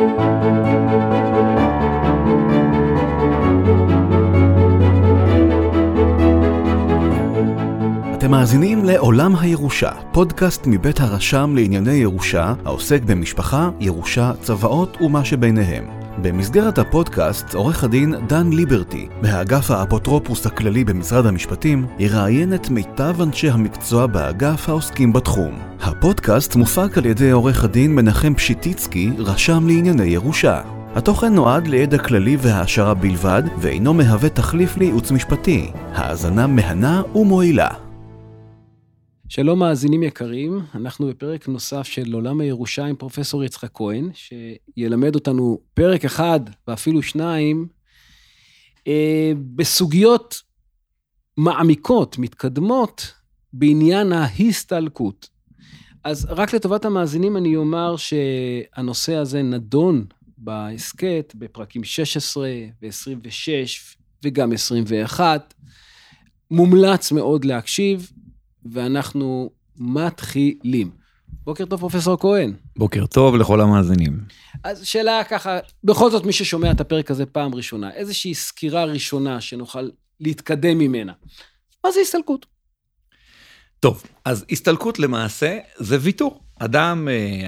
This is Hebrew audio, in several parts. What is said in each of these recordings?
אתם מאזינים לעולם הירושה, פודקאסט מבית הרשם לענייני ירושה, העוסק במשפחה, ירושה, צוואות ומה שביניהם. במסגרת הפודקאסט, עורך הדין דן ליברטי, באגף האפוטרופוס הכללי במשרד המשפטים, יראיין את מיטב אנשי המקצוע באגף העוסקים בתחום. הפודקאסט מופק על ידי עורך הדין מנחם פשיטיצקי, רשם לענייני ירושה. התוכן נועד לידע כללי והעשרה בלבד, ואינו מהווה תחליף לייעוץ משפטי. האזנה מהנה ומועילה. שלום מאזינים יקרים, אנחנו בפרק נוסף של עולם הירושה עם פרופסור יצחק כהן, שילמד אותנו פרק אחד ואפילו שניים, בסוגיות מעמיקות, מתקדמות, בעניין ההסתלקות. אז רק לטובת המאזינים אני אומר שהנושא הזה נדון בהסקט, בפרקים 16 ו-26 וגם 21, מומלץ מאוד להקשיב, ואנחנו מתחילים. בוקר טוב פרופסור כהן. בוקר טוב לכל המאזינים. אז שאלה ככה, בכל זאת מי ששומע את הפרק הזה פעם ראשונה, איזושהי סקירה ראשונה שנוכל להתקדם ממנה. מה זה הסתלקות? טוב, אז הסתלקות למעשה זה ויתור. אדם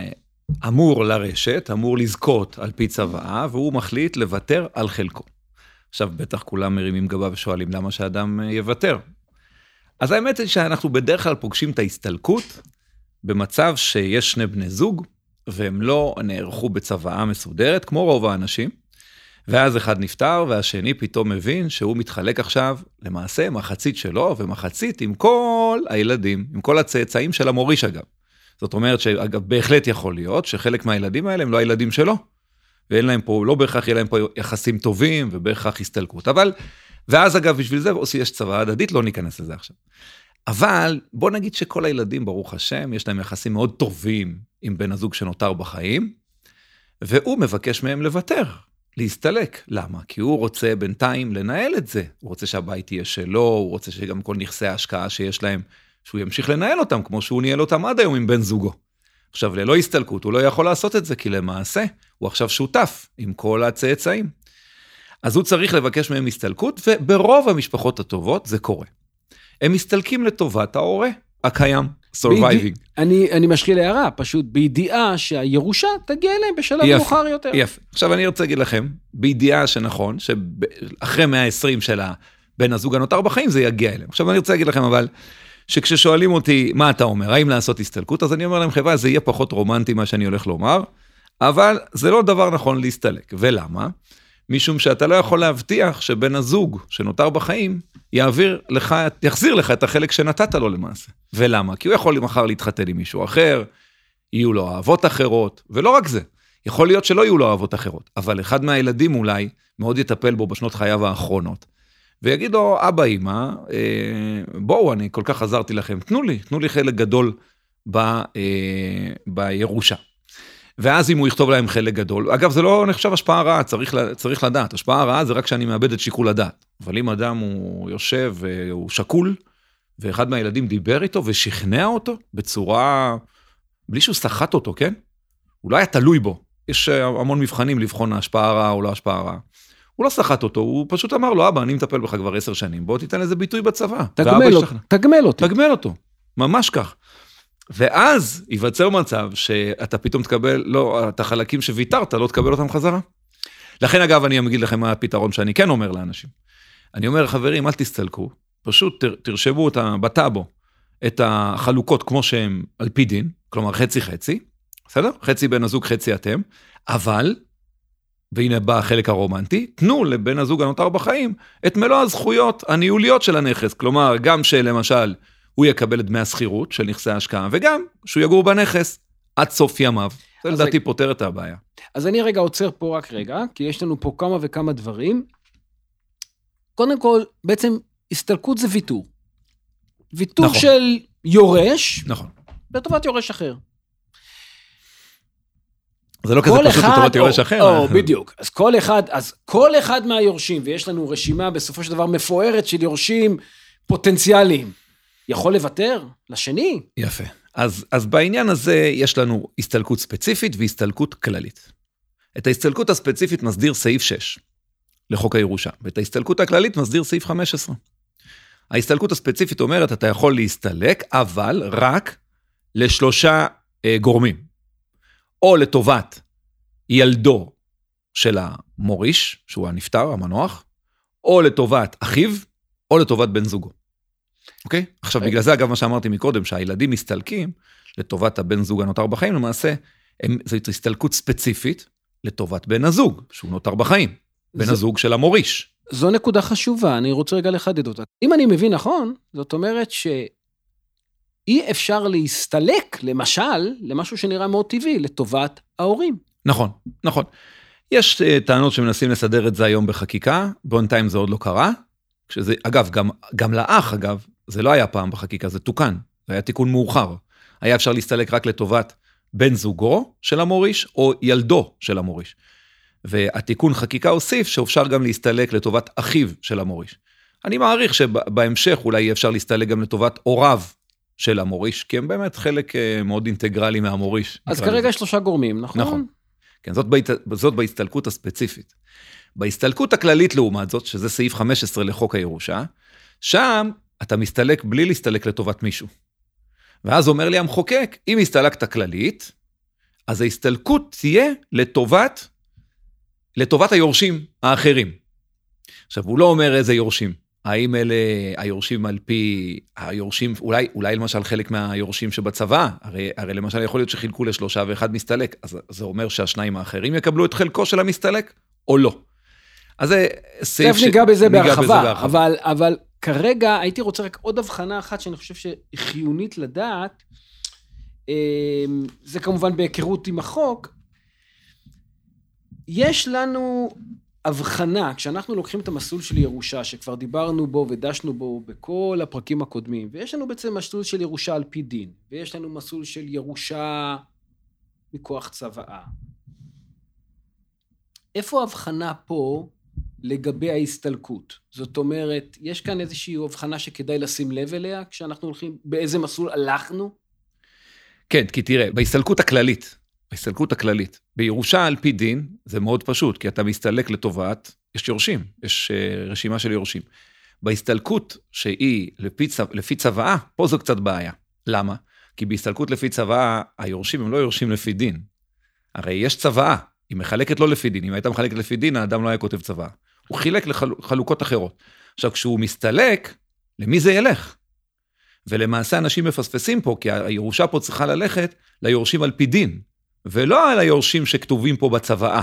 אמור לרשת, אמור לזכות על פי צוואה, והוא מחליט לוותר על חלקו. עכשיו בטח כולם מרימים גבה ושואלים למה שאדם יוותר. אז האמת היא שאנחנו בדרך כלל פוגשים את ההסתלקות במצב שיש שני בני זוג, והם לא נערכו בצוואה מסודרת, כמו רוב האנשים, ואז אחד נפטר, והשני פתאום מבין שהוא מתחלק עכשיו, למעשה מחצית שלו, ומחצית עם כל הילדים, עם כל הצאצאים של המוריש אגב. זאת אומרת שאגב בהחלט יכול להיות, שחלק מהילדים האלה הם לא הילדים שלו, ואין להם פה, לא בהכרח יהיה להם פה יחסים טובים, ובהכרח הסתלקות. אבל ואז אגב, בשביל זה יש צוואה הדדית, לא ניכנס לזה עכשיו. אבל בוא נגיד שכל הילדים, ברוך השם, יש להם יחסים מאוד טובים עם בן הזוג שנותר בחיים, והוא מבקש מהם לוותר, להסתלק. למה? כי הוא רוצה בינתיים לנהל את זה. הוא רוצה שהבית יהיה שלו, הוא רוצה שגם כל נכסי ההשקעה שיש להם, שהוא ימשיך לנהל אותם, כמו שהוא ניהל אותם עד היום עם בן זוגו. עכשיו, ללא הסתלקות, הוא לא יכול לעשות את זה, כי למעשה, הוא עכשיו שותף עם כל הצאצאים. אז הוא צריך לבקש מהם הסתלקות, וברוב המשפחות הטובות זה קורה. הם מסתלקים לטובת ההורה הקיים, surviving. אני משחיל הערה, פשוט בידיעה שהירושה תגיע אליהם בשלב מאוחר יותר. יפה. עכשיו אני רוצה להגיד לכם, בידיעה שנכון, שאחרי 120 של בן הזוג הנותר בחיים, זה יגיע אליהם. עכשיו אני רוצה להגיד לכם אבל, שכששואלים אותי מה אתה אומר, האם לעשות הסתלקות, אז אני אומר להם חבר'ה, זה יהיה פחות רומנטי מה שאני הולך לומר, אבל זה לא דבר נכון להסתלק. ולמה? משום שאתה לא יכול להבטיח שבן הזוג שנותר בחיים יחזיר לך את החלק שנתת לו למעשה. ולמה? כי הוא יכול מחר להתחתן עם מישהו אחר, יהיו לו אהבות אחרות, ולא רק זה, יכול להיות שלא יהיו לו אהבות אחרות, אבל אחד מהילדים אולי מאוד יטפל בו בשנות חייו האחרונות, ויגיד לו, אבא, אמא, בואו, אני כל כך עזרתי לכם, תנו לי חלק גדול בירושה. ואז אם הוא יכתוב להם חלק גדול, אגב זה לא נחשב השפעה רעה, צריך לדעת, השפעה רעה זה רק שאני מאבד את שיקול הדעת, אבל אם אדם הוא יושב והוא שקול, ואחד מהילדים דיבר איתו ושכנע אותו בצורה, בלי שהוא שחט אותו, כן? הוא לא היה תלוי בו, יש המון מבחנים לבחון השפעה רעה או לא השפעה רעה, הוא לא שחט אותו, הוא פשוט אמר לו, אבא, אני מטפל בך כבר 10 שנים, בוא תיתן לזה ביטוי בצבא. תגמל אותו, ממש כך. ואז ייווצר מצב שאתה פתאום תקבל, לא, את החלקים שוויתרת, לא תקבל אותם חזרה. לכן אגב, אני אגיד לכם מה הפתרון שאני כן אומר לאנשים. אני אומר, חברים, אל תסתלקו, פשוט תרשמו בטאבו את החלוקות כמו שהם על פי דין, כלומר חצי-חצי, בסדר? חצי בן הזוג, חצי אתם, אבל, והנה בא החלק הרומנטי, תנו לבן הזוג הנותר בחיים את מלוא הזכויות הניהוליות של הנכס, כלומר, גם שלמשל, הוא יקבל את דמי הסחירות של נכסי ההשקעה, וגם שהוא יגור בנכס עד סוף ימיו. זה לדעתי פותר את הבעיה. אז אני רגע עוצר פה רק רגע, כי יש לנו פה כמה וכמה דברים. קודם כל, בעצם הסתלקות זה ויתור. ויתור נכון. של יורש, נכון. לטובת יורש אחר. זה לא כזה פשוט לטובת יורש אחר. בדיוק. אז כל אחד מהיורשים, ויש לנו רשימה בסופו של דבר מפוארת של יורשים פוטנציאליים, יכול לוותר לשני. יפה. אז בעניין הזה יש לנו הסתלקות ספציפית והסתלקות כללית. את ההסתלקות הספציפית מסדיר סעיף 6 לחוק הירושה, ואת ההסתלקות הכללית מסדיר סעיף 15. ההסתלקות הספציפית אומרת, אתה יכול להסתלק, אבל רק לשלושה גורמים, או לטובת ילדו של המוריש, שהוא הנפטר, המנוח, או לטובת אחיו, או לטובת בן זוגו. אוקיי? עכשיו, בגלל זה, אגב, מה שאמרתי מקודם, שהילדים מסתלקים לטובת הבן זוג הנותר בחיים, למעשה, זו הסתלקות ספציפית לטובת בן הזוג, שהוא נותר בחיים, בן הזוג של המוריש. זו נקודה חשובה, אני רוצה רגע לחדד אותה. אם אני מבין נכון, זאת אומרת שאי אפשר להסתלק, למשל, למשהו שנראה מאוד טבעי, לטובת ההורים. נכון, נכון. יש טענות שמנסים לסדר את זה היום בחקיקה, בינתיים זה עוד לא קרה, כשזה, אגב, גם לאח, אגב, זה לא היה פעם בחקיקה, זה תוקן, זה היה תיקון מאוחר. היה אפשר להסתלק רק לטובת בן זוגו של המוריש, או ילדו של המוריש. והתיקון חקיקה הוסיף שאפשר גם להסתלק לטובת אחיו של המוריש. אני מעריך שבהמשך אולי יהיה אפשר להסתלק גם לטובת הוריו של המוריש, כי הם באמת חלק מאוד אינטגרלי מהמוריש. אז כרגע יש 3 גורמים, נכון? נכון. כן, זאת בהסתלקות הספציפית. בהסתלקות הכללית לעומת זאת, שזה סעיף 15 לחוק הירושה, שם אתה מסתלק בלי להסתלק לטובת מישהו. ואז אומר לי המחוקק, אם הסתלקת כללית, אז ההסתלקות תהיה לטובת היורשים האחרים. עכשיו, הוא לא אומר איזה יורשים. האם אלה היורשים על פי היורשים, אולי למשל חלק מהיורשים שבצבא, הרי למשל יכול להיות שחילקו ל3 ואחד מסתלק, אז זה אומר שהשניים האחרים יקבלו את חלקו של המסתלק, או לא. אז זה סעיף ניגע בזה בהרחבה, אבל כרגע הייתי רוצה רק עוד הבחנה אחת שאני חושב שהיא חיונית לדעת, זה כמובן בהיכרות עם החוק, יש לנו הבחנה, כשאנחנו לוקחים את המסלול של ירושה, שכבר דיברנו בו ודשנו בו בכל הפרקים הקודמים, ויש לנו בעצם מסלול של ירושה על פי דין, ויש לנו מסלול של ירושה מכוח צוואה. איפה ההבחנה פה לגבי ההסתלקות? זאת אומרת, יש כאן איזושהי הבחנה שכדאי לשים לב אליה, כשאנחנו הולכים, באיזה מסלול הלכנו? כן, כי תראה, בהסתלקות הכללית, בירושה על פי דין, זה מאוד פשוט, כי אתה מסתלק לטובת, יש יורשים, יש רשימה של יורשים. בהסתלקות שהיא לפי צוואה, פה זו קצת בעיה. למה? כי בהסתלקות לפי צוואה, היורשים הם לא יורשים לפי דין. הרי יש צוואה, היא מחלקת לא לפי דין, אם הייתה מחלקת לפי דין, האדם לא היה כותב צוואה. הוא חילק לחלוקות אחרות. עכשיו, כשהוא מסתלק, למי זה ילך? ולמעשה אנשים מפספסים פה, כי הירושה פה צריכה ללכת ליורשים על פי דין, ולא על היורשים שכתובים פה בצוואה.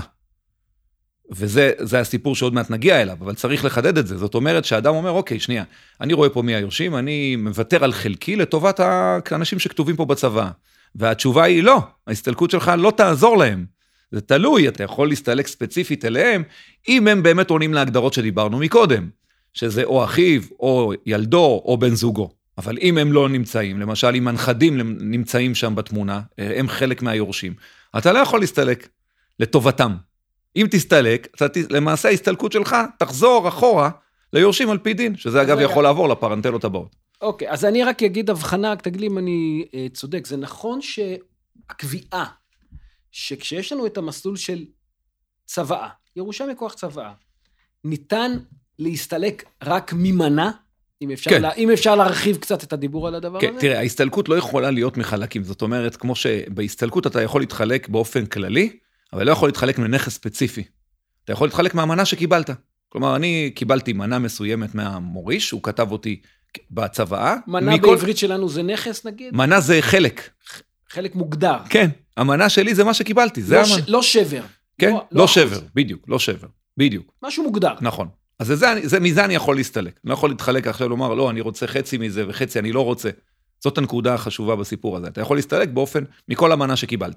וזה הסיפור שעוד מעט נגיע אליו, אבל צריך לחדד את זה. זאת אומרת שהאדם אומר, אוקיי, שנייה, אני רואה פה מי היורשים, אני מוותר על חלקי לטובת האנשים שכתובים פה בצוואה. והתשובה היא לא, ההסתלקות שלך לא תעזור להם. זה תלוי, אתה יכול להסתלק ספציפית אליהם, אם הם באמת עונים להגדרות שדיברנו מקודם, שזה או אחיו, או ילדו, או בן זוגו. אבל אם הם לא נמצאים, למשל אם הנכדים נמצאים שם בתמונה, הם חלק מהיורשים, אתה לא יכול להסתלק לטובתם. אם תסתלק, למעשה ההסתלקות שלך תחזור אחורה ליורשים על פי דין, שזה אגב יכול לעבור לפרנטלות הבאות. אוקיי, אז אני רק אגיד הבחנה, תגיד לי אם אני צודק, זה נכון שהקביעה, שכשיש לנו את המסלול של צוואה, ירושה מכוח צוואה, ניתן להסתלק רק ממנה, אם אפשר להרחיב קצת את הדיבור על הדבר הזה? כן, תראה, ההסתלקות לא יכולה להיות מחלקים, זאת אומרת, כמו שבהסתלקות אתה יכול להתחלק באופן כללי, אבל לא יכול להתחלק מנכס ספציפי. אתה יכול להתחלק מהמנה שקיבלת. כלומר, אני קיבלתי מנה מסוימת מהמוריש, הוא כתב אותי בצוואה. מנה בעברית שלנו זה נכס, נגיד? מנה זה חלק. חלק מוגדר. כן, המנה שלי זה מה שקיבלתי. לא שבר. כן, לא שבר, בדיוק, לא שבר, בדיוק. משהו מוגדר. נכון. אז מזה אני יכול להסתלק. אני לא יכול להתחלק עכשיו לומר, לא, אני רוצה חצי מזה וחצי אני לא רוצה. זאת הנקודה החשובה בסיפור הזה. אתה יכול להסתלק באופן מכל המנה שקיבלת.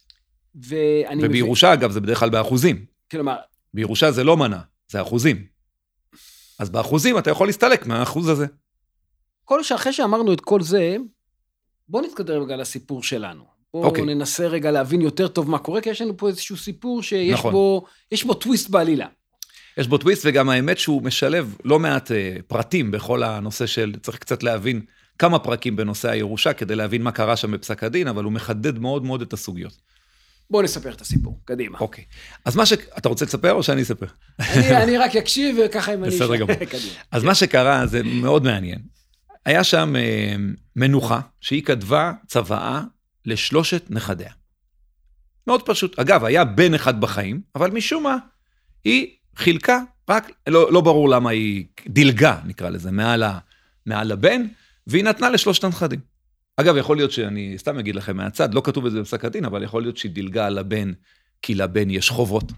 ובירושה, אגב, זה בדרך כלל באחוזים. כלומר, בירושה זה לא מנה, זה אחוזים. אז באחוזים אתה יכול להסתלק מהאחוז הזה. אחרי שאמרנו את כל זה, בוא נתקדם רגע לסיפור שלנו. בואו ננסה רגע להבין יותר טוב מה קורה, כי יש לנו פה איזשהו סיפור שיש בו טוויסט בעלילה. יש בו טוויסט, וגם האמת שהוא משלב לא מעט פרטים בכל הנושא של, צריך קצת להבין כמה פרקים בנושא הירושה, כדי להבין מה קרה שם בפסק הדין, אבל הוא מחדד מאוד מאוד את הסוגיות. בואו נספר את הסיפור, קדימה. אוקיי. אז אתה רוצה לספר או שאני אספר? אני רק אקשיב וככה אם אני... בסדר גמור. אז מה שקרה זה מאוד מעניין. היה שם מנוחה שהיא כתבה צוואה לשלושת נכדיה. מאוד פשוט. אגב, היה בן אחד בחיים, אבל משום מה היא חילקה, רק לא ברור למה היא דילגה, נקרא לזה, מעל הבן, והיא נתנה לשלושת הנכדים. אגב, יכול להיות שאני סתם אגיד לכם מהצד, לא כתוב את זה בפסק הדין, אבל יכול להיות שהיא דילגה על הבן, כי לבן יש חובות.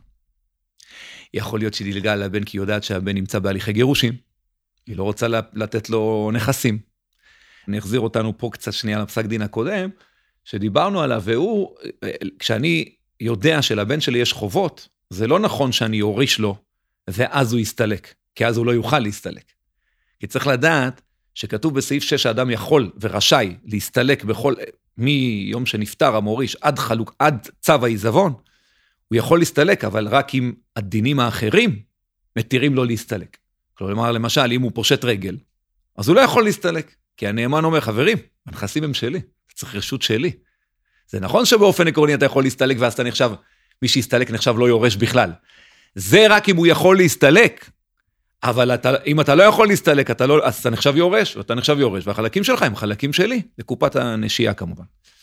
יכול להיות שהיא דילגה על הבן, כי היא יודעת שהבן נמצא בהליכי גירושים. היא לא רוצה לתת לו נכסים. אני אחזיר אותנו פה קצת שנייה לפסק דין הקודם, שדיברנו עליו, והוא, כשאני יודע שלבן שלי יש חובות, זה לא נכון שאני יוריש לו, ואז הוא יסתלק, כי אז הוא לא יוכל להסתלק. כי צריך לדעת, שכתוב בסעיף 6 האדם יכול ורשאי להסתלק מיום שנפטר המוריש עד צו העיזבון, הוא יכול להסתלק, אבל רק אם הדינים האחרים מתירים לו להסתלק. כלומר, למשל, אם הוא פושט רגל, אז הוא לא יכול להסתלק, כי הנאמן אומר, חברים, הנכסים הם שלי, צריך רשות שלי. זה נכון שבאופן עקרוני אתה יכול להסתלק, ואז אתה נחשב, מי שיסתלק נחשב לא יורש בכלל. זה רק אם הוא יכול להסתלק, אבל אם אתה לא יכול להסתלק, אז אתה נחשב יורש, ואתה נחשב יורש, והחלקים שלך הם חלקים שלי, לקופת הנשייה כמובן.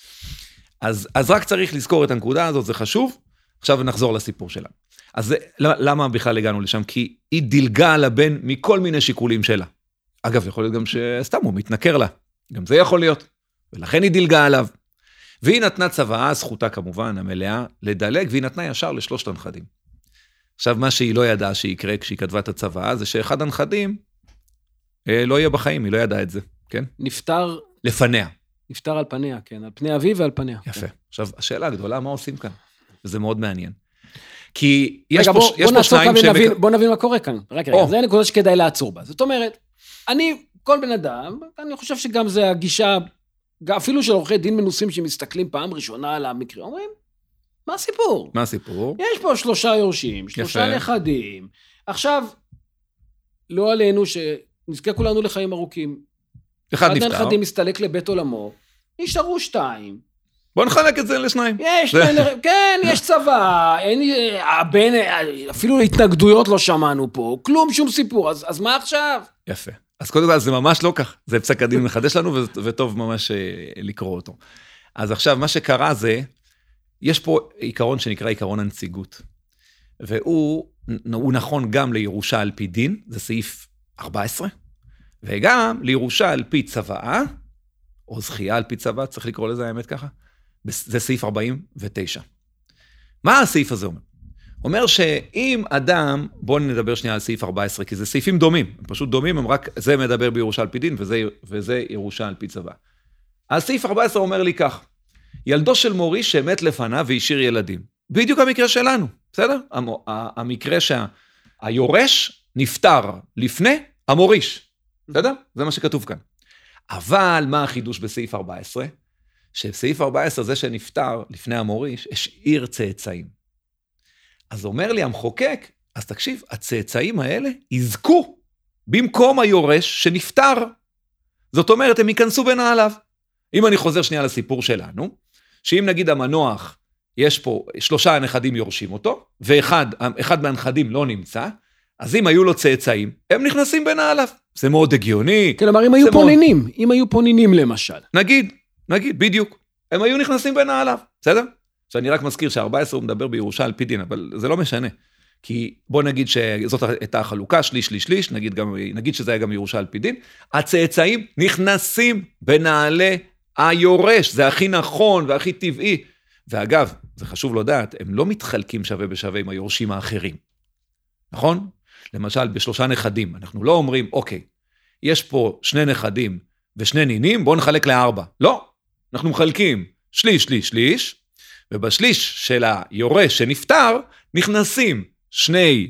אז רק צריך לזכור את הנקודה הזאת, זה חשוב, עכשיו נחזור לסיפור שלה. אז למה בכלל הגענו לשם? כי היא דילגה על הבן מכל מיני שיקולים שלה. אגב, יכול להיות גם שסתם הוא מתנכר לה, גם זה יכול להיות, ולכן היא דילגה עליו. והיא נתנה צוואה, זכותה כמובן, המלאה, לדלג, והיא נתנה ישר לשלושת הנכדים. עכשיו, מה שהיא לא ידעה שיקרה כשהיא כתבה את הצוואה, זה שאחד הנכדים לא יהיה בחיים, היא לא ידעה את זה, כן? נפטר... לפניה. נפטר על פניה, כן, על פני אביו ועל פניה. יפה. עכשיו, השאלה הגדולה, מה עושים כאן? וזה מאוד מעניין. כי יש פה שניים בוא נבין מה קורה כאן. רגע, זה נקודה שכדאי לעצור בה. זאת אומרת, כל בן אדם, אני חושב שגם זה הגישה, אפילו של עורכי דין מנוסים שמסתכלים פעם ראשונה על המקרה, אומרים, מה הסיפור? מה הסיפור? יש פה 3 יורשים, 3 נכדים. עכשיו, לא עלינו שנזכה כולנו לחיים ארוכים. אחד נפטר. הנכדים מסתלק לבית עולמו, נשארו 2. בוא נחלק את זה לשניים. כן, יש צבא, הבן, אפילו התנגדויות לא שמענו פה, כלום, שום סיפור, אז מה עכשיו? יפה. אז קודם כל, זה ממש לא כך, זה פסק הדין מחדש לנו, וטוב ממש לקרוא אותו. אז עכשיו, מה שקרה זה, יש פה עיקרון שנקרא עיקרון הנציגות, והוא נכון גם לירושה על פי דין, זה סעיף 14, וגם לירושה על פי צוואה, או זכייה על פי צוואה, צריך לקרוא לזה האמת ככה, זה סעיף 49. מה הסעיף הזה אומר? אומר שאם אדם, בואו נדבר שנייה על סעיף 14, כי זה סעיפים דומים, הם פשוט דומים, הם רק, זה מדבר בירושה על פי דין, וזה ירושה על פי צוואה. אז סעיף 14 אומר לי כך, ילדו של מוריש שמת לפניו והשאיר ילדים. בדיוק המקרה שלנו, בסדר? המקרה שהיורש נפטר לפני המוריש, בסדר? זה מה שכתוב כאן. אבל מה החידוש בסעיף 14? שבסעיף 14 זה שנפטר לפני המוריש, השאיר צאצאים. אז אומר לי המחוקק, אז תקשיב, הצאצאים האלה יזכו במקום היורש שנפטר. זאת אומרת, הם ייכנסו בנעליו. אם אני חוזר שנייה לסיפור שלנו, שאם נגיד המנוח, יש פה 3 נכדים יורשים אותו, ואחד מהנכדים לא נמצא, אז אם היו לו צאצאים, הם נכנסים בנעליו. זה מאוד הגיוני. כלומר, אם היו פונינים, אם היו פונינים למשל. נגיד, בדיוק. הם היו נכנסים בנעליו, בסדר? שאני רק מזכיר ש14 הוא מדבר בירושה על פי דין, אבל זה לא משנה. כי בוא נגיד שזאת הייתה החלוקה, שליש, נגיד שזה היה גם ירושה על פי דין, הצאצאים נכנסים בנעלי היורש, זה הכי נכון והכי טבעי. ואגב, זה חשוב לדעת, הם לא מתחלקים שווה בשווה עם היורשים האחרים. נכון? למשל, ב3 נכדים, אנחנו לא אומרים, אוקיי, יש פה 2 נכדים ו2 נינים, בואו נחלק ל4. לא, אנחנו מחלקים שליש, ובשליש של היורש שנפטר, נכנסים שני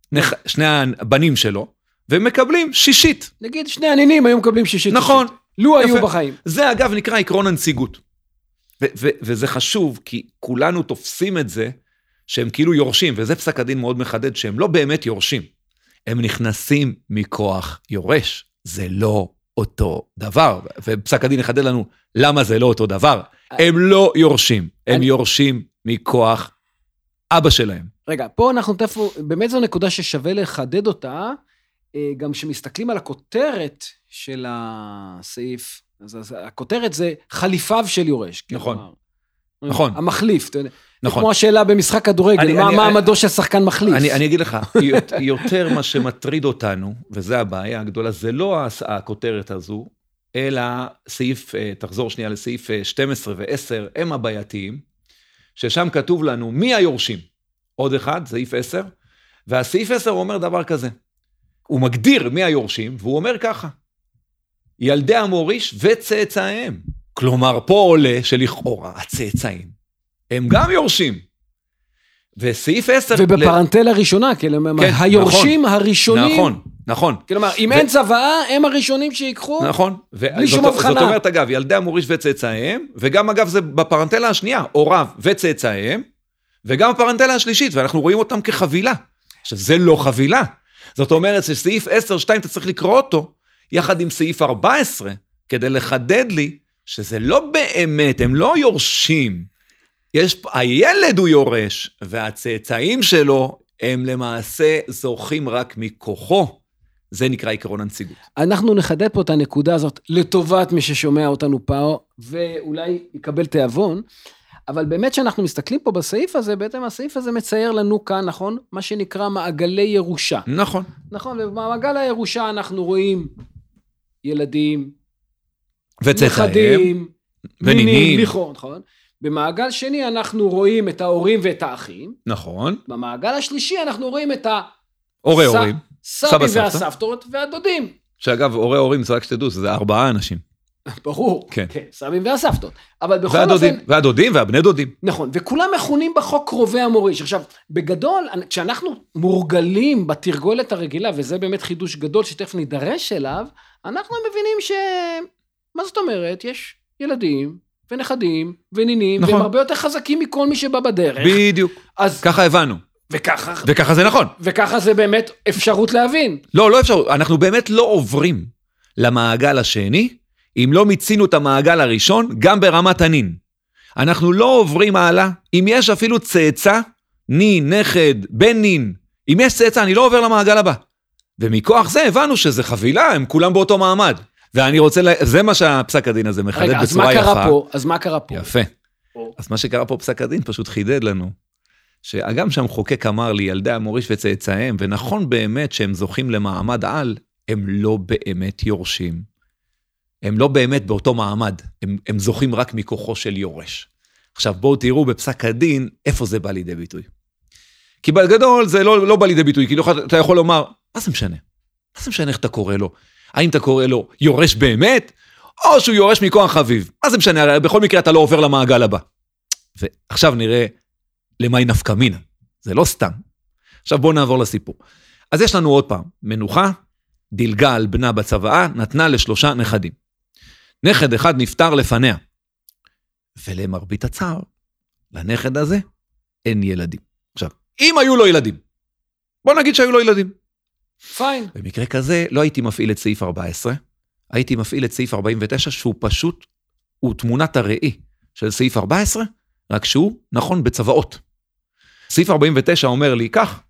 הבנים שלו, ומקבלים 6. נגיד 2 הנינים היו מקבלים 6. נכון. לו היו בחיים. זה אגב נקרא עקרון הנציגות. וזה חשוב, כי כולנו תופסים את זה, שהם כאילו יורשים, וזה פסק הדין מאוד מחדד, שהם לא באמת יורשים. הם נכנסים מכוח יורש. זה לא אותו דבר. ופסק הדין יחדד לנו, למה זה לא אותו דבר? הם לא יורשים. הם יורשים מכוח אבא שלהם. רגע, פה אנחנו באמת זו נקודה ששווה לחדד אותה, גם שמסתכלים על הכותרת של הסעיף, אז הכותרת זה חליפיו של יורש. נכון. נכון. המחליף, אתה יודע. נכון. כמו השאלה במשחק כדורגל, מה מעמדו של שחקן מחליף? אני אגיד לך, יותר מה שמטריד אותנו, וזה הבעיה הגדולה, זה לא הכותרת הזו, אלא סעיף, תחזור שנייה לסעיף 12 ו-10, הם הבעייתיים, ששם כתוב לנו מי היורשים. עוד אחד, סעיף 10, והסעיף 10 אומר דבר כזה. הוא מגדיר מי היורשים, והוא אומר ככה, ילדי המוריש וצאצאיהם. כלומר, פה עולה שלכאורה הצאצאים, הם גם יורשים. וסעיף 10... ובפרנטלה הראשונה, כלומר, היורשים הראשונים... נכון. כלומר, אם אין צוואה, הם הראשונים שיקחו... נכון. בלי שום הבחנה. זאת אומרת, אגב, ילדי המוריש וצאצאיהם, וגם, אגב, זה בפרנטלה השנייה, הוריו וצאצאיהם, וגם בפרנטלה השלישית, ואנחנו רואים אותם כחבילה. עכשיו, זה לא חבילה. זאת אומרת, שסעיף 10-2, אתה צריך לקרוא אותו, יחד עם סעיף 14, כדי לחדד לי, שזה לא באמת, הם לא יורשים. הילד הוא יורש, והצאצאים שלו, הם למעשה זוכים רק מכוחו. זה נקרא עקרון הנציגות. אנחנו נחדד פה את הנקודה הזאת, לטובת מי ששומע אותנו פה, ואולי יקבל תיאבון, אבל באמת שאנחנו מסתכלים פה בסעיף הזה, בעצם הסעיף הזה מצייר לנו כאן, נכון? מה שנקרא מעגלי ירושה. נכון. נכון, ובמעגל הירושה אנחנו רואים ילדים, וצאצאיהם, ונינים, נכון? במעגל שני אנחנו רואים את ההורים ואת האחים. נכון. במעגל השלישי אנחנו רואים את הורים, סבי והסבתות והדודים. שאגב, הורים זה רק שתדעו, זה 4 אנשים. ברור, כן. סבי והסבתות. אבל בכל אופן... והדודים והבני דודים. נכון, וכולם מכונים בחוק קרובי המוריש. עכשיו, בגדול, כשאנחנו מורגלים בתרגולת הרגילה, וזה באמת חידוש גדול שתכף נידרש אליו, אנחנו מבינים מה זאת אומרת? יש ילדים ונכדים ונינים, נכון. והם הרבה יותר חזקים מכל מי שבא בדרך. בדיוק. אז ככה הבנו. וככה זה נכון. וככה זה באמת אפשרות להבין. לא אפשרות. אנחנו באמת לא עוברים למעגל השני, אם לא מיצינו את המעגל הראשון, גם ברמת הנין. אנחנו לא עוברים הלאה, אם יש אפילו צאצא, נין, נכד, בן נין, אם יש צאצא, אני לא עובר למעגל הבא. ומכוח זה הבנו שזה חבילה, הם כולם באותו מעמד. ואני רוצה, זה מה שהפסק הדין הזה מחדד בצורה יפה. אז מה קרה פה? יפה. אז מה שקרה פה פסק הדין פשוט חידד לנו, שהגם שהמחוקק אמר לי, ילדי המוריש וצאצאיהם, ונכון באמת שהם זוכים למעמד על, הם לא באמת יורשים. הם לא באמת באותו מעמד, הם זוכים רק מכוחו של יורש. עכשיו בואו תראו בפסק הדין, איפה זה בא לידי ביטוי. כי בגדול זה לא בא לידי ביטוי, כי אתה יכול לומר, מה זה משנה? מה זה משנה איך אתה קורא לו? האם אתה קורא לו יורש באמת, או שהוא יורש מכוח חביב? מה זה משנה? הרי בכל מקרה אתה לא עובר למעגל הבא. ועכשיו נראה למה היא נפקא מינה. זה לא סתם. עכשיו בואו נעבור לסיפור. אז יש לנו עוד פעם, מנוחה, דילגה על בנה בצוואה, נתנה ל3 נכדים. נכד אחד נפטר לפניה. ולמרבית הצער, לנכד הזה אין ילדים. עכשיו, אם היו לו ילדים, בוא נגיד שהיו לו ילדים. פיין. במקרה כזה, לא הייתי מפעיל את סעיף 14, הייתי מפעיל את סעיף 49, שהוא פשוט, הוא תמונת הראי של סעיף 14, רק שהוא נכון בצוואות. סעיף 49 אומר לי, כך,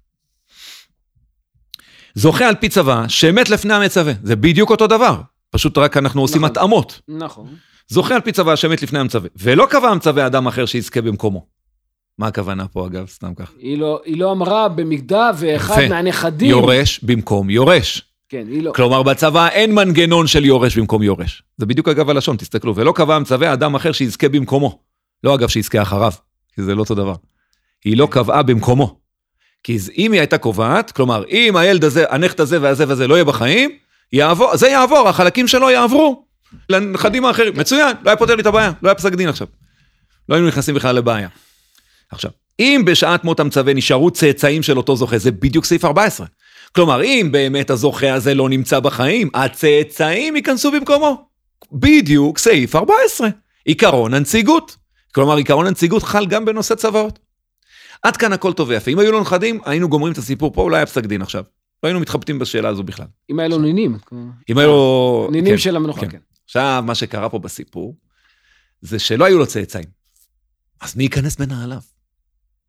זוכה על פי צוואה, שמת לפני המצווה. זה בדיוק אותו דבר. פשוט רק אנחנו עושים התאמות. נכון. זוכה על פי צוואה, שמת לפני המצווה. ולא קבע המצווה אדם אחר שיזכה במקומו. מה הכוונה פה אגב? סתם כך. היא לא אמרה במידה ואחד מהנכדים. יורש במקום יורש. כן, היא לא. כלומר, בצוואה אין מנגנון של יורש במקום יורש. זה בדיוק אגב הלשון, תסתכלו. ולא קבע המצווה אדם אחר שיזכה במקומו. לא אגב שיזכה אחריו, כי זה לא אותו דבר. היא לא קבעה במקומו. כי אם היא הייתה קובעת, כלומר, אם הילד הזה, הנכד הזה והזה וזה לא יהיה בחיים, זה יעבור, החלקים שלו יעברו לנכדים האחרים. מצוין, לא היה פותר לי את הבעיה, לא היה פסק דין עכשיו. לא היינו נכנסים בכלל לבעיה. עכשיו, אם בשעת מות המצווה נשארו צאצאים של אותו זוכה, זה בדיוק סעיף 14. כלומר, אם באמת הזוכה הזה לא נמצא בחיים, הצאצאים ייכנסו במקומו. בדיוק סעיף 14. עיקרון הנציגות. כלומר, עיקרון הנציגות חל גם בנושא צוואות. עד כאן הכל טוב ויפה. אם היו לו נכדים, היינו גומרים את הסיפור פה, אולי היה פסק דין עכשיו. לא היינו מתחבטים בשאלה הזו בכלל. אם היה לו נינים. אם היה לו... נינים של המנוחה, כן. עכשיו, מה שקרה פה בסיפור, זה שלא היו לו צאצאים. אז מי ייכנס בנעליו?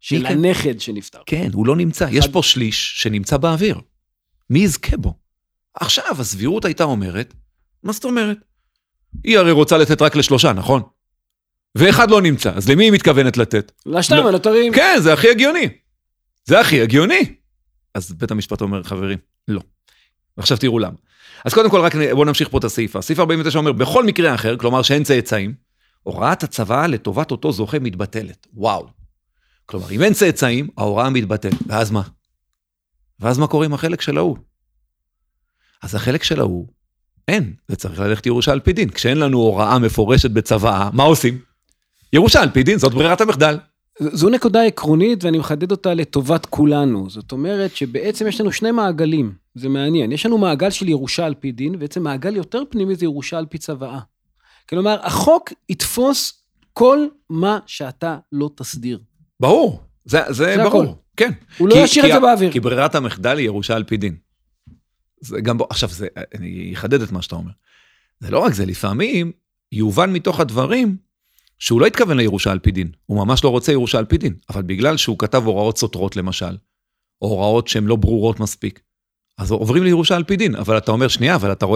של הנכד שנפטר. כן, הוא לא נמצא. יש פה שליש שנמצא באוויר. מי יזכה בו? עכשיו, הסבירות הייתה אומרת, מה זאת אומרת? היא הרי רוצה לתת רק ל3, נכון? ואחד לא נמצא, אז למי היא מתכוונת לתת? לשתיים הנותרים. כן, זה הכי הגיוני. זה הכי הגיוני. אז בית המשפט אומר, חברים, לא. ועכשיו תראו למה. אז קודם כל, רק בואו נמשיך פה את הסעיף. הסעיף 49 אומר, בכל מקרה אחר, כלומר שאין צאצאים, הוראת הצוואה לטובת אותו זוכה מתבטלת. וואו. כלומר, אם אין צאצאים, ההוראה מתבטלת. ואז מה? ואז מה קורה עם החלק של ההוא? אז החלק של ההוא, אין. זה צריך ללכת ירושה על פי דין. כשאין לנו הוראה מפורשת בצוואה, מה עושים? ירושה על פי דין, זאת ברירת המחדל. זו נקודה עקרונית, ואני מחדד אותה לטובת כולנו. זאת אומרת שבעצם יש לנו 2 מעגלים. זה מעניין. יש לנו מעגל של ירושה על פי דין, ובעצם מעגל יותר פנימי זה ירושה על פי צוואה. כלומר, החוק יתפוס כל מה שאתה לא תסדיר. ברור. זה ברור. הכל. כן. הוא לא ישאיר את זה באוויר. כי ברירת המחדל היא ירושה על פי דין. זה גם, עכשיו, אני אחדד את מה שאתה אומר. זה לא רק זה, לפעמים יובן מתוך הדברים שהוא לא התכוון לירושה על פי דין. הוא ממש לא רוצה ירושה על פי דין, אבל בגלל שהוא כתב הוראות סותרות למשל, או הוראות שהן לא ברורות מספיק, אז עוברים לירושה על פי דין. אבל אתה אומר, שנייה, אבל אתה רואה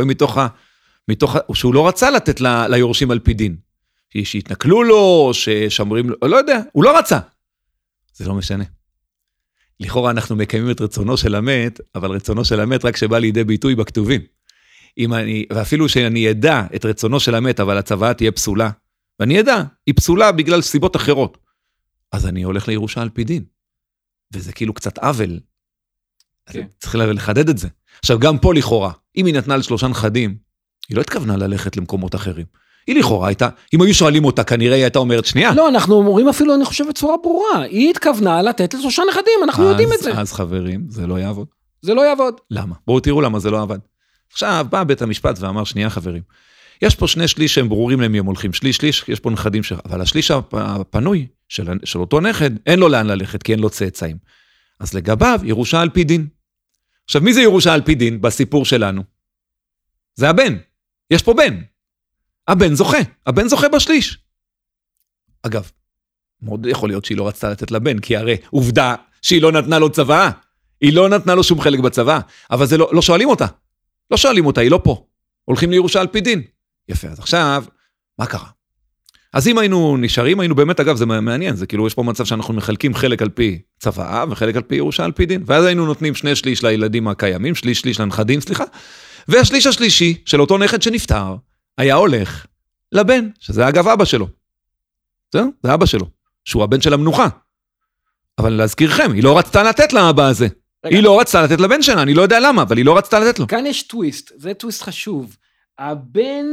שהוא לא רצה לתת ליורשים על פי דין. שהתנכלו לו, ששמרים לו, לא יודע, הוא לא רצה. זה לא משנה. לכאורה אנחנו מקיימים את רצונו של המת, אבל רצונו של המת רק שבא לידי ביטוי בכתובים. ואפילו שאני ידע את רצונו של המת, אבל הצוואה תהיה פסולה, ואני ידע, היא פסולה בגלל סיבות אחרות, אז אני הולך לירושה על פי דין. וזה כאילו קצת עוול. כן. צריך לחדד את זה. עכשיו גם פה לכאורה, אם היא נתנה ל3 נכדים, היא לא התכוונה ללכת למקומות אחרים. היא לכאורה הייתה, אם היו שואלים אותה, כנראה היא הייתה אומרת שנייה. לא, אנחנו אומרים אפילו, אני חושב, בצורה ברורה. היא התכוונה לתת ל3 נכדים, אנחנו יודעים את זה. אז חברים, זה לא יעבוד. זה לא יעבוד. למה? בואו תראו למה זה לא עבד. עכשיו בא בית המשפט ואמר, שנייה חברים, יש פה 2 שליש שהם ברורים למי הם הולכים, שליש, יש פה נכדים, אבל השליש הפנוי של אותו נכד, אין לו לאן ללכת, כי אין לו צאצאים. אז לגביו, ירושה על פי דין. עכשיו, מי זה ירושה על פי דין בסיפור שלנו? זה הבן. יש פה בן. הבן זוכה בשליש. אגב, מאוד יכול להיות שהיא לא רצתה לתת לבן, כי הרי עובדה שהיא לא נתנה לו צוואה. היא לא נתנה לו שום חלק בצוואה, אבל זה לא שואלים אותה. לא שואלים אותה, היא לא פה. הולכים לירושה על פי דין. יפה, אז עכשיו, מה קרה? אז אם היינו נשארים, היינו באמת, אגב, זה מעניין, זה כאילו, יש פה מצב שאנחנו מחלקים חלק על פי צוואה, וחלק על פי ירושה על פי דין, ואז היינו נותנים 2 שליש לילדים הקיימים, שליש לנכדים, והשליש השלישי של אותו נכד שנפטר, היה הולך לבן, שזה אגב אבא שלו. זה אבא שלו, שהוא הבן של המנוחה. אבל להזכירכם, היא לא רצתה לתת לאבא הזה. היא לא רצתה לתת לבן שלה, אני לא יודע למה, אבל היא לא רצתה לתת לו. כאן יש טוויסט, זה טוויסט חשוב. הבן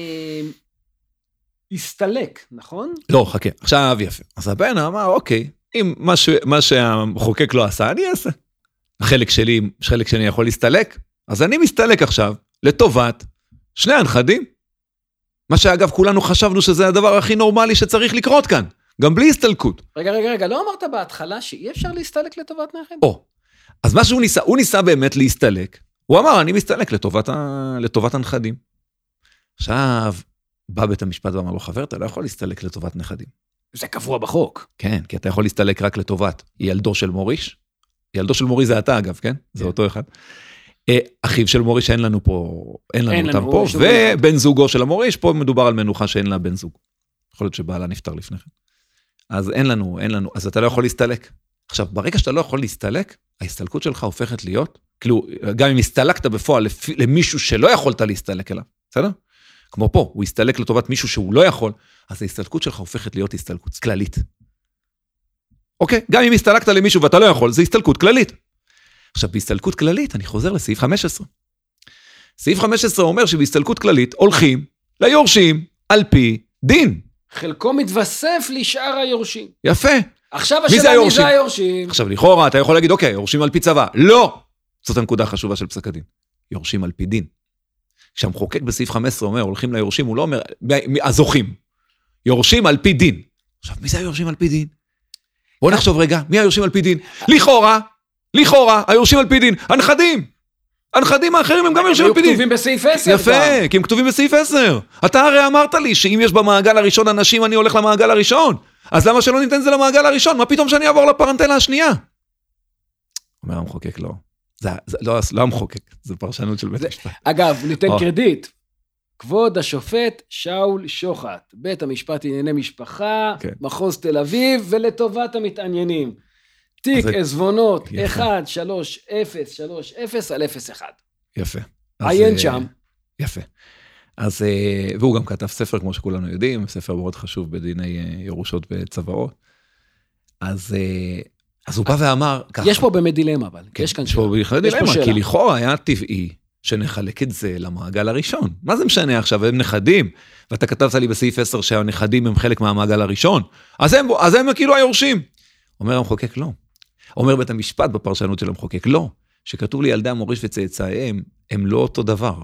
הסתלק, נכון? לא, חכה, עכשיו יפה. אז הבן אמר, אוקיי, אם מה שהמחוקק לא עשה, אני אעשה. החלק שלי יכול להסתלק, אז אני מסתלק עכשיו לטובת 2 הנכדים. מה שאגב כולנו חשבנו שזה הדבר הכי נורמלי שצריך לקרות כאן, גם בלי הסתלקות. רגע, לא אמרת בהתחלה שאי אפשר להסתלק לטובת נכד? אז מה שהוא ניסה באמת להסתלק, הוא אמר, אני מסתלק לטובת הנכדים. עכשיו, בא בית המשפט ואמר לו, חבר, אתה לא יכול להסתלק לטובת נכדים. זה קבוע בחוק. כן, כי אתה יכול להסתלק רק לטובת ילדו של מוריש. ילדו של מוריש זה אתה אגב, כן? זה אותו אחד. אחיו של מוריש אין לנו אותם פה, ובן זוגו של המוריש, פה מדובר על מנוחה שאין לה בן זוג. יכול להיות שבעלה נפטר לפני כן. אז אין לנו, אז אתה לא יכול להסתלק. עכשיו, ברגע שאתה לא יכול להסתלק, ההסתלקות שלך הופכת להיות, כאילו, גם אם הסתלקת בפועל למישהו שלא יכולת להסתלק אליו, בסדר? כמו פה, הוא הסתלק לטובת מישהו שהוא לא יכול, אז ההסתלקות שלך הופכת להיות הסתלקות כללית. אוקיי? גם אם הסתלקת למישהו ואתה לא יכול, זה הסתלקות כללית. עכשיו, בהסתלקות כללית, אני חוזר לסעיף 15. סעיף 15 אומר שבהסתלקות כללית הולכים ליורשים על פי דין. חלקו מתווסף לשאר היורשים. יפה. עכשיו השאלה מי זה היורשים? עכשיו, לכאורה, אתה יכול להגיד, אוקיי, יורשים על פי צבא. לא! זאת הנקודה החשובה של פסק הדין. יורשים על פי דין. כשהמחוקק בסעיף 15 אומר, הולכים ליורשים, הוא לא אומר, הזוכים. יורשים על פי דין. עכשיו, מי זה היורשים על פי דין? בוא נחשוב רגע, מי היורשים על פי דין? לכאורה, היורשים על פי דין, הנכדים. הנכדים האחרים הם גם יורשים על פי דין. הם כתובים בסעיף 10. יפה, כי הם כתובים בסעיף 10. אתה הרי אמרת לי שאם יש במעגל הראשון אנשים, אני הולך למעגל הראשון. אז למה שלא ניתן זה למעגל הראשון? מה פתאום שאני אעבור לפרנטלה השנייה? אומר המחוקק, לא. לא המחוקק, זה פרשנות של בית המשפט. אגב, ניתן קרדיט. כבוד השופט שאול שוחט, בית המשפט ענייני משפחה, מחוז תל אביב, ולטובת המתעניינים. תיק עזבונות 1-3-0-3-0-1. יפה. עיין שם. יפה. אז, והוא גם כתב ספר, כמו שכולנו יודעים, ספר מאוד חשוב בדיני ירושות וצוואות. אז הוא בא ואמר ככה. יש פה באמת דילמה, אבל. יש כאן שאלה. יש פה דילמה, כי לכאורה היה טבעי שנחלק את זה למעגל הראשון. מה זה משנה עכשיו? הם נכדים, ואתה כתבת לי בסעיף 10 שהנכדים הם חלק מהמעגל הראשון, אז הם כאילו היורשים. אומר המחוקק, לא. אומר בית המשפט בפרשנות של המחוקק, לא. שכתוב לי ילדי המוריש וצאצאיהם, הם לא אותו דבר.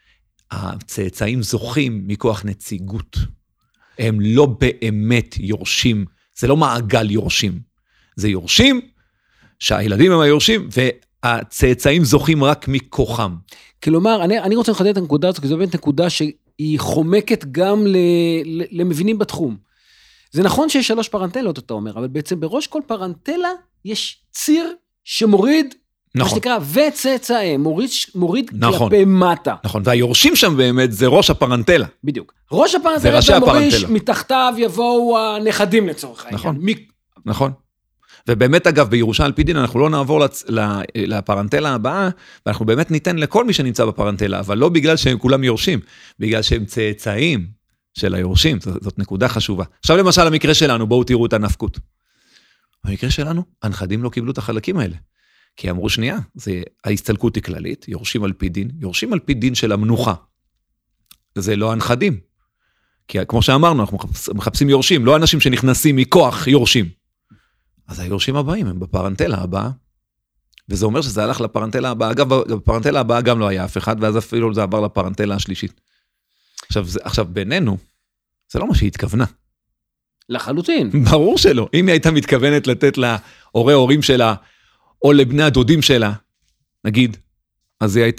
הצאצאים זוכים מכוח נציגות. הם לא באמת יורשים, זה לא מעגל יורשים. זה יורשים, שהילדים הם היורשים, והצאצאים זוכים רק מכוחם. כלומר, אני רוצה לחדד את הנקודה הזאת, כי זו באמת נקודה שהיא חומקת גם למבינים בתחום. זה נכון שיש 3 פרנטלות, אתה אומר, אבל בעצם בראש כל פרנטלה יש ציר שמוריד, מה שנקרא, וצאצאיהם, מוריד כלפי מטה. נכון, והיורשים שם באמת זה ראש הפרנטלה. בדיוק. ראש הפרנטלה והמוריש, מתחתיו יבואו הנכדים לצורך העניין. נכון, נכון. ובאמת, אגב, בירושה על פי דין, אנחנו לא נעבור לפרנטלה הבאה, ואנחנו באמת ניתן לכל מי שנמצא בפרנטלה, אבל לא בגלל שהם כולם יורשים, בגלל שהם צאצאים של היורשים, זאת נקודה חשובה. עכשיו למשל, המקרה שלנו, בואו תראו את הנפקות. במקרה שלנו, הנכדים לא קיבלו את החלקים האלה, כי אמרו שנייה, ההסתלקות היא כללית, יורשים על פי דין, יורשים על פי דין של המנוחה. זה לא הנכדים, כי כמו שאמרנו, אנחנו מחפשים יורשים, לא אנשים שנכנסים מכוח יורשים. אז היורשים הבאים הם בפרנטלה הבאה, וזה אומר שזה הלך לפרנטלה הבאה. אגב, בפרנטלה הבאה גם לא היה אף אחד, ואז אפילו זה עבר לפרנטלה השלישית. עכשיו בינינו, זה לא מה שהיא התכוונה. לחלוטין. ברור שלא. אם היא הייתה מתכוונת לתת להורי הורים שלה, או לבני הדודים שלה, נגיד, אז היא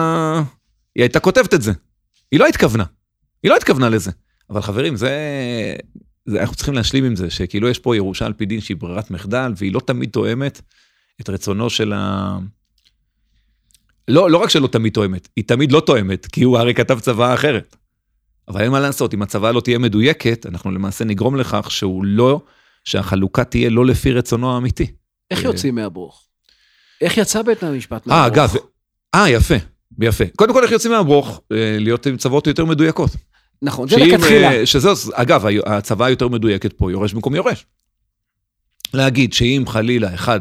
הייתה כותבת את זה. היא לא התכוונה. היא לא התכוונה לזה. אבל חברים, אנחנו צריכים להשלים עם זה, שכאילו יש פה ירושה על פי דין שהיא ברירת מחדל, והיא לא תמיד תואמת את רצונו של לא רק שלא תמיד תואמת, היא תמיד לא תואמת, כי הוא הרי כתב צוואה אחרת. אבל אין מה לעשות, אם הצוואה לא תהיה מדויקת, אנחנו למעשה נגרום לכך שהחלוקה תהיה לא לפי רצונו האמיתי. איך יוצאים מהברוך? איך יצא בית המשפט מהברוך? אגב, יפה. קודם כל, איך יוצאים מהברוך? להיות עם צוואות יותר מדויקות. נכון, זה לכתחילה. אגב, הצוואה יותר מדויקת פה, יורש במקום יורש. להגיד שאם חלילה אחד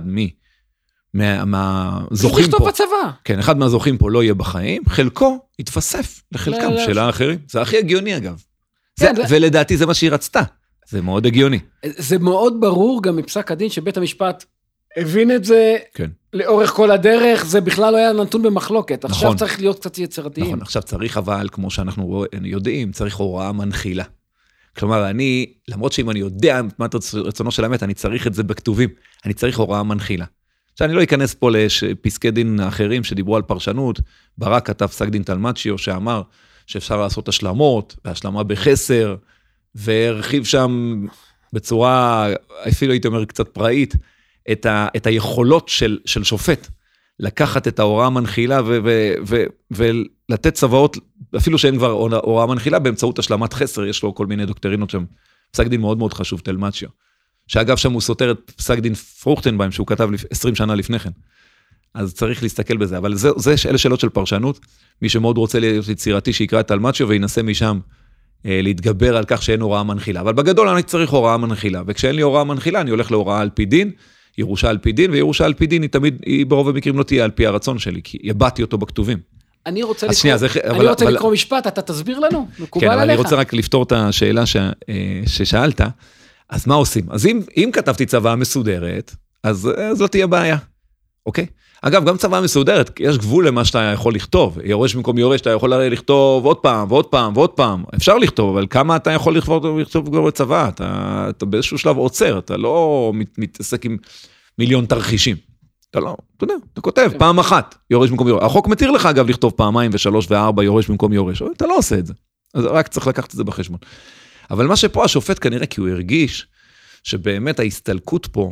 מהזוכים פה, לכתוב בצבא. כן, אחד מהזוכים פה לא יהיה בחיים, חלקו יתווסף לחלקם של האחרים. זה הכי הגיוני אגב. ולדעתי זה מה שהיא רצתה. זה מאוד הגיוני. זה מאוד ברור גם מפסק הדין שבית המשפט הבין את זה לאורך כל הדרך, זה בכלל לא היה נתון במחלוקת. עכשיו צריך להיות קצת יצירתיים. נכון, עכשיו צריך אבל, כמו שאנחנו יודעים, צריך הוראה מנחילה. כלומר, למרות שאם אני יודע מה רצונו של האמת, אני צריך את זה בכתובים. אני צריך הוראה מנחילה. עכשיו, אני לא אכנס פה לפסקי דין האחרים שדיברו על פרשנות. ברק כתב פסק דין תלמציו שאמר שאפשר לעשות השלמות, והשלמה בחסר, והרחיב שם בצורה, אפילו הייתי אומר קצת פראית, את היכולות של שופט, לקחת את ההוראה המנחילה ולתת צוואות, אפילו שאין כבר הוראה מנחילה, באמצעות השלמת חסר, יש לו כל מיני דוקטרינות שם, פסק דין מאוד מאוד חשוב, תלמציו, שאגב שם הוא סותר את פסק דין פרוכטנביים, שהוא כתב 20 שנה לפני כן, אז צריך להסתכל בזה, אבל אלה שאלות של פרשנות, מי שמאוד רוצה להיות יצירתי, שיקרא את תלמציו, וינסה משם להתגבר על כך שאין הוראה מנחילה, אבל בגדול אני צריך הוראה מנחילה, וכשאין לי הוראה מנחילה, אני הולך להוראה על פי דין, ירושה על פי דין, וירושה על פי דין היא ברוב המקרים לא תהיה על פי הרצון שלי, כי יבאתי אותו בכתובים. אני רוצה לקרוא משפט, אתה תסביר לנו? מקובל עליך? אני רוצה רק לפתור את השאלה ששאלת, אז מה עושים? אז אם כתבתי צוואה מסודרת, אז זאת תהיה בעיה, אוקיי? אגב, גם צוואה מסודרת, יש גבול למה שאתה יכול לכתוב, יורש במקום יורש, אתה יכול הרי לכתוב עוד פעם, ועוד פעם, ועוד פעם, אפשר לכתוב, אבל כמה אתה יכול לכתוב כבר בצוואה, אתה באיזשהו שלב עוצר, אתה לא מתעסק עם מיליון תרחישים, לא, אתה יודע, אתה כותב פעם אחת, יורש במקום יורש. החוק מתיר לך אגב לכתוב פעמיים ושלוש וארבע יורש במקום יורש, אתה לא עושה את זה. אז רק צריך לקחת את זה בחשבון. אבל מה שפה השופט כנראה, כי הוא הרגיש שבאמת ההסתלקות פה,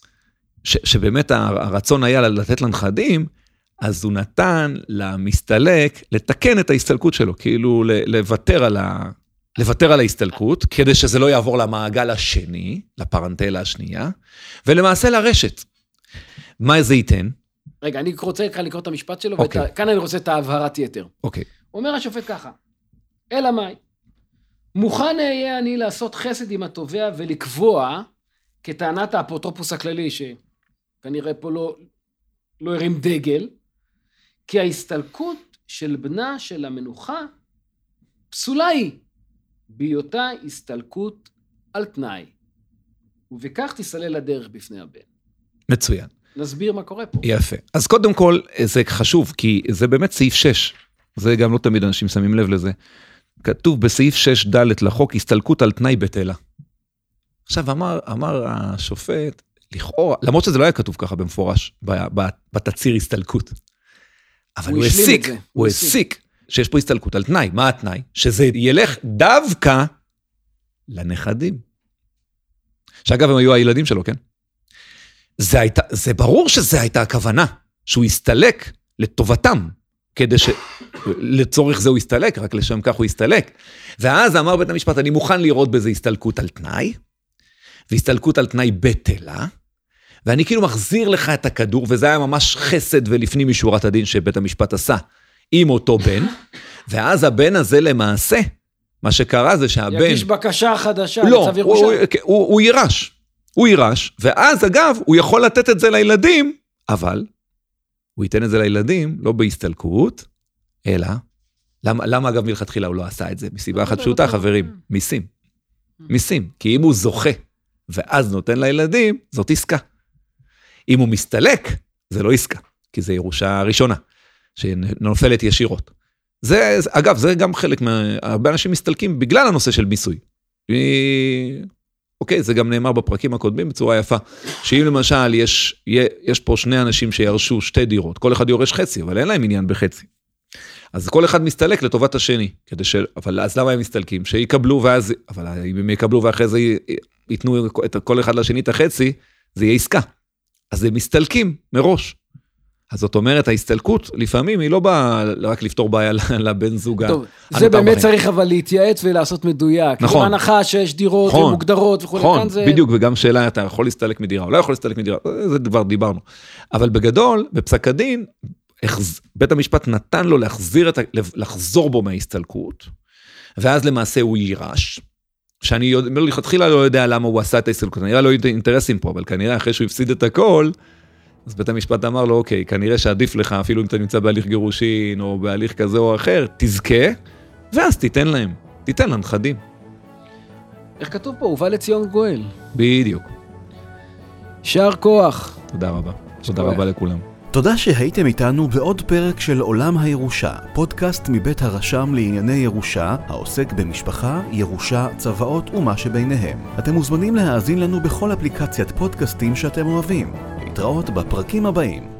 שבאמת הרצון היה לתת לנכדים, אז הוא נתן למסתלק לתקן את ההסתלקות שלו, כאילו לוותר על ההסתלקות, כדי שזה לא יעבור למעגל השני, לפרנטלה השנייה, ולמעשה לרשת. מה זה ייתן? רגע, אני רוצה כאן לקרוא את המשפט שלו, אוקיי. וכאן אני רוצה את ההבהרת יתר. אוקיי. אומר השופט ככה, אלא מאי, מוכן אהיה אני לעשות חסד עם התובע ולקבוע, כטענת האפוטרופוס הכללי, שכנראה פה לא הרים דגל, כי ההסתלקות של בנה של המנוחה פסולה היא, בהיותה הסתלקות על תנאי, ובכך תסלל הדרך בפני הבן. מצוין. נסביר מה קורה פה. יפה. אז קודם כל, זה חשוב, כי זה באמת סעיף 6, זה גם לא תמיד אנשים שמים לב לזה, כתוב בסעיף 6 ד' לחוק, הסתלקות על תנאי בטלה. עכשיו אמר השופט, לכאורה, למרות שזה לא היה כתוב ככה במפורש, בתציר הסתלקות, אבל הוא הסיק שיש פה הסתלקות על תנאי. מה התנאי? שזה ילך דווקא לנכדים. שאגב, הם היו הילדים שלו, כן? זה ברור שזה הייתה הכוונה, שהוא יסתלק לטובתם, כדי לצורך זה הוא יסתלק, רק לשם כך הוא יסתלק. ואז אמר בית המשפט, אני מוכן לראות בזה הסתלקות על תנאי, והסתלקות על תנאי בטלה, ואני כאילו מחזיר לך את הכדור, וזה היה ממש חסד ולפנים משורת הדין שבית המשפט עשה עם אותו בן, ואז הבן הזה למעשה, מה שקרה זה שהבן... יגיש בקשה חדשה, לא, לצו ירושה. הוא יירש, ואז אגב, הוא יכול לתת את זה לילדים, אבל הוא ייתן את זה לילדים, לא בהסתלקות, אלא, למה אגב מלכתחילה הוא לא עשה את זה? מסיבה אחת פשוטה, חברים, מיסים, כי אם הוא זוכה, ואז נותן לילדים, זאת עסקה. אם הוא מסתלק, זה לא עסקה, כי זה ירושה ראשונה, שנופלת ישירות. אגב, זה גם חלק הרבה אנשים מסתלקים בגלל הנושא של מיסוי. אוקיי, זה גם נאמר בפרקים הקודמים בצורה יפה, שאם למשל יש פה שני אנשים שירשו שתי דירות, כל אחד יורש חצי, אבל אין להם עניין בחצי. אז כל אחד מסתלק לטובת השני, אבל אז למה הם מסתלקים? שיקבלו ואז, אבל אם הם יקבלו ואחרי זה ייתנו את כל אחד לשני את החצי, זה יהיה עסקה. אז הם מסתלקים מראש. אז זאת אומרת, ההסתלקות לפעמים היא לא באה רק לפתור בעיה לבן זוג. טוב, זה באמת צריך אבל להתייעץ ולעשות מדויק. נכון. הנחה שיש דירות מוגדרות וכו'. נכון, בדיוק, וגם שאלה, אתה יכול להסתלק מדירה, או לא יכול להסתלק מדירה, זה דבר דיברנו. אבל בגדול, בפסק הדין, בית המשפט נתן לו לחזור בו מההסתלקות, ואז למעשה הוא יירש, שאני לכתחילה לא יודע למה הוא עשה את ההסתלקות, נראה לו אינטרסים פה, אבל כנראה אחרי שהוא הפסיד את הכל, אז בית המשפט אמר לו, אוקיי, כנראה שעדיף לך, אפילו אם אתה נמצא בהליך גירושין, או בהליך כזה או אחר, תזכה, ואז תיתן לנכדים. איך כתוב פה? ובא לציון גואל. בדיוק. שער כוח. תודה רבה. תודה רבה לכולם. תודה שהייתם איתנו בעוד פרק של עולם הירושה, פודקאסט מבית הרשם לענייני ירושה, העוסק במשפחה, ירושה, צוואות ומה שביניהם. אתם מוזמנים להאזין לנו בכל אפליקציית פודקאסטים שאתם אוהבים. להתראות בפרקים הבאים.